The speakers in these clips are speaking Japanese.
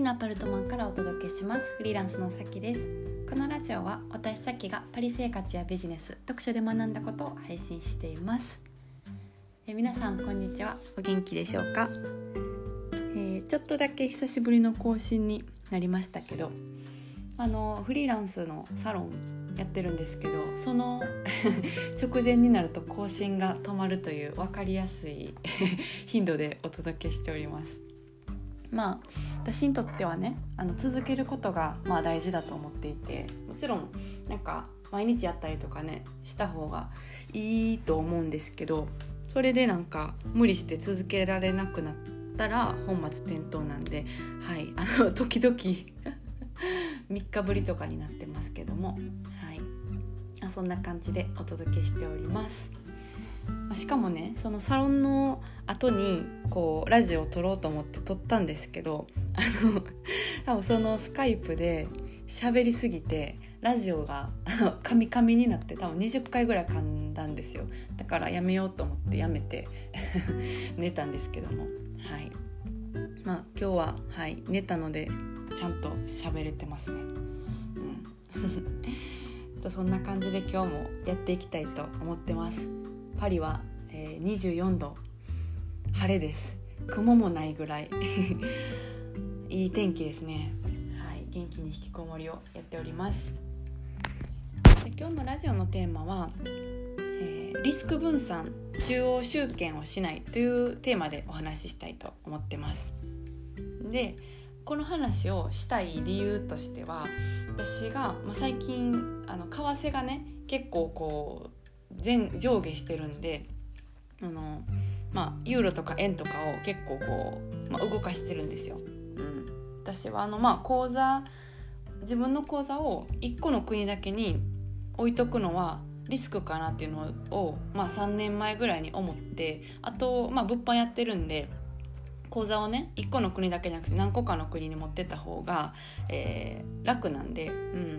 のアパルトマンからお届けします。フリーランスのさきです。このラジオは私さきがパリ生活やビジネス、読書で学んだことを配信しています。皆さんこんにちは。お元気でしょうか。ちょっとだけ久しぶりの更新になりましたけど、フリーランスのサロンやってるんですけど、その直前になると更新が止まるという分かりやすい頻度でお届けしております。私にとってはね、続けることが大事だと思っていて、もちろん毎日やったりとかねした方がいいと思うんですけど、それで無理して続けられなくなったら本末転倒なんで、時々3日ぶりとかになってますけども、そんな感じでお届けしております。しかもね、そのサロンの後にラジオを撮ろうと思って撮ったんですけど、多分そのスカイプで喋りすぎてラジオがカミカミになって多分20回ぐらい噛んだんですよ。だからやめようと思ってやめて寝たんですけども、今日は、寝たのでちゃんと喋れてますね。そんな感じで今日もやっていきたいと思ってます。パリは、24度晴れです。雲もないぐらいいい天気ですね。元気に引きこもりをやっております。で、今日のラジオのテーマは、リスク分散、中央集権をしないというテーマでお話ししたいと思ってます。で、この話をしたい理由としては、私が、最近為替がね結構上下してるんで、ユーロとか円とかを結構動かしてるんですよ。私は自分の口座を1個の国だけに置いとくのはリスクかなっていうのを、3年前ぐらいに思って、あと、物販やってるんで口座をね1個の国だけじゃなくて何個かの国に持ってった方が、楽なんで、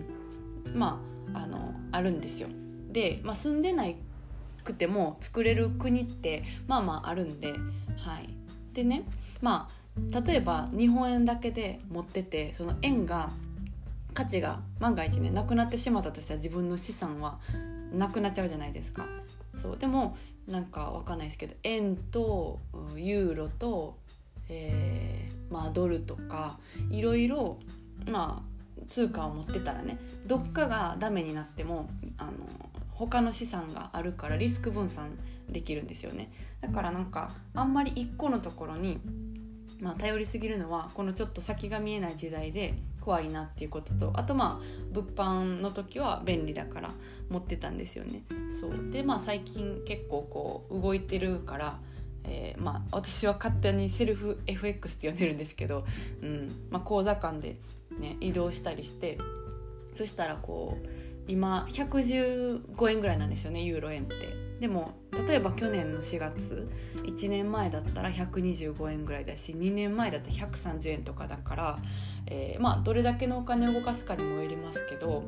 あるんですよ。で、住んでないくても作れる国ってあるんで、でね、例えば日本円だけで持ってて、その円が価値が万が一ねなくなってしまったとしたら自分の資産はなくなっちゃうじゃないですか。そうでもわかんないですけど、円とユーロと、ドルとかいろいろ通貨を持ってたらね、どっかがダメになっても他の資産があるからリスク分散できるんですよね。だからあんまり一個のところに、頼りすぎるのはこのちょっと先が見えない時代で怖いなっていうことと、あと物販の時は便利だから持ってたんですよね。そうで、最近結構動いてるから、私は勝手にセルフ FX って呼んでるんですけど、口座間で、移動したりして、そしたら今115円ぐらいなんですよね、ユーロ円って。でも例えば去年の4月1年前だったら125円ぐらいだし、2年前だったら130円とかだから、どれだけのお金を動かすかにもよりますけど、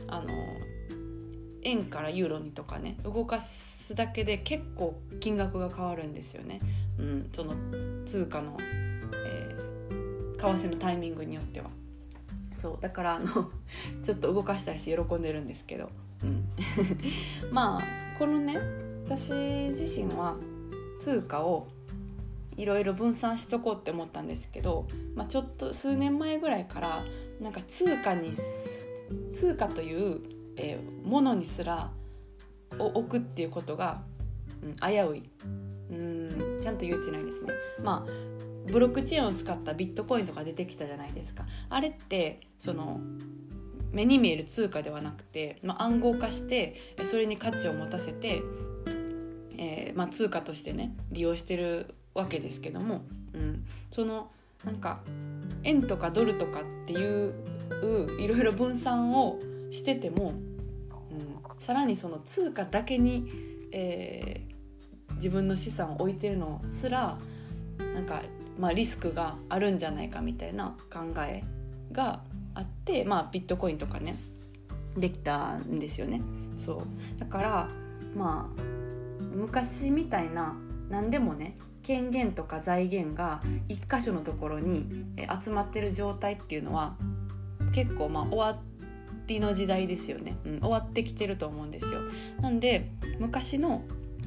円からユーロにとかね動かすだけで結構金額が変わるんですよね。その通貨の、為替のタイミングによっては。そうだからちょっと動かしたりして喜んでるんですけど、このね、私自身は通貨をいろいろ分散しとこうって思ったんですけど、ちょっと数年前ぐらいから通貨という、ものにすらを置くっていうことが、危うい、ちゃんと言えてないですね。ブロックチェーンを使ったビットコインとか出てきたじゃないですか。あれってその目に見える通貨ではなくて、暗号化してそれに価値を持たせて、通貨としてね利用してるわけですけども、その円とかドルとかっていういろいろ分散をしてても、さらにその通貨だけに、自分の資産を置いてるのすらリスクがあるんじゃないかみたいな考えがあって、ビットコインとかねできたんですよね。そうだから昔みたいな何でもね権限とか財源が一箇所のところに集まってる状態っていうのは結構終わりの時代ですよね、終わってきてると思うんですよ。なんで昔の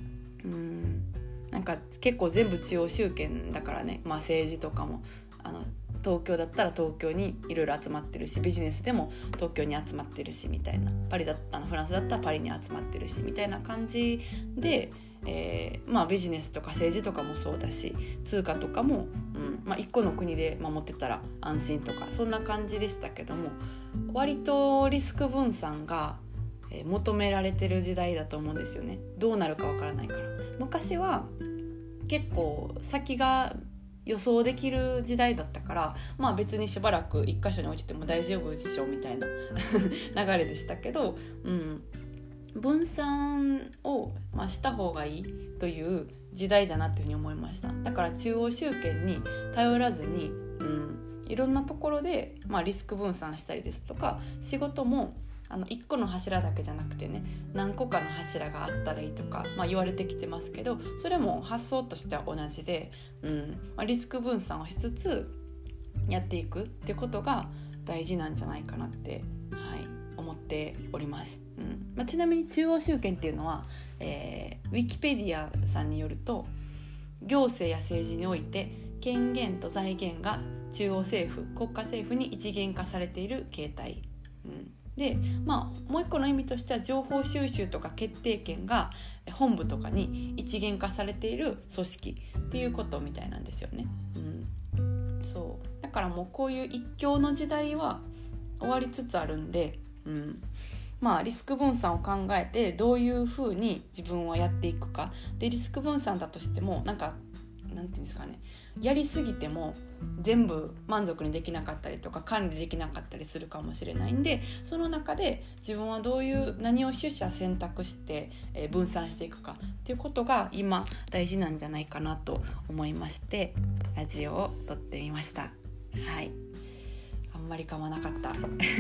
なんか結構全部中央集権だからね、政治とかも東京だったら東京にいろいろ集まってるし、ビジネスでも東京に集まってるしみたいな、フランスだったらパリに集まってるしみたいな感じで、ビジネスとか政治とかもそうだし、通貨とかも、一個の国で守ってたら安心とか、そんな感じでしたけども、割とリスク分散が求められてる時代だと思うんですよね。どうなるかわからないから。昔は結構先が予想できる時代だったから、別にしばらく一箇所に置いてても大丈夫でしょみたいな流れでしたけど、分散を、した方がいいという時代だなというふうに思いました。だから中央集権に頼らずに、いろんなところで、リスク分散したりですとか、仕事も1個の柱だけじゃなくてね、何個かの柱があったらいいとか、言われてきてますけど、それも発想としては同じで、リスク分散をしつつやっていくってことが大事なんじゃないかなって、思っております。ちなみに中央集権っていうのは、ウィキペディアさんによると、行政や政治において権限と財源が中央政府、国家政府に一元化されている形態、で、もう一個の意味としては、情報収集とか決定権が本部とかに一元化されている組織っていうことみたいなんですよね。そうだからもうこういう一強の時代は終わりつつあるんで、リスク分散を考えてどういうふうに自分はやっていくかで、リスク分散だとしてもなんていうんですかね、やりすぎても全部満足にできなかったりとか管理できなかったりするかもしれないんで、その中で自分は何を取捨選択して分散していくかっていうことが今大事なんじゃないかなと思いまして、ラジオを撮ってみました。あんまり噛まなかったよ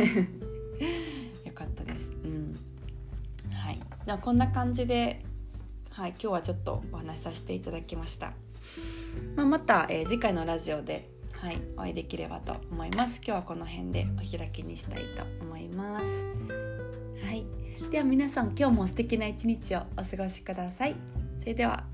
かったです。ではこんな感じで、今日はちょっとお話しさせていただきました。また、次回のラジオで、お会いできればと思います。今日はこの辺でお開きにしたいと思います。では皆さん、今日も素敵な一日をお過ごしください。それでは。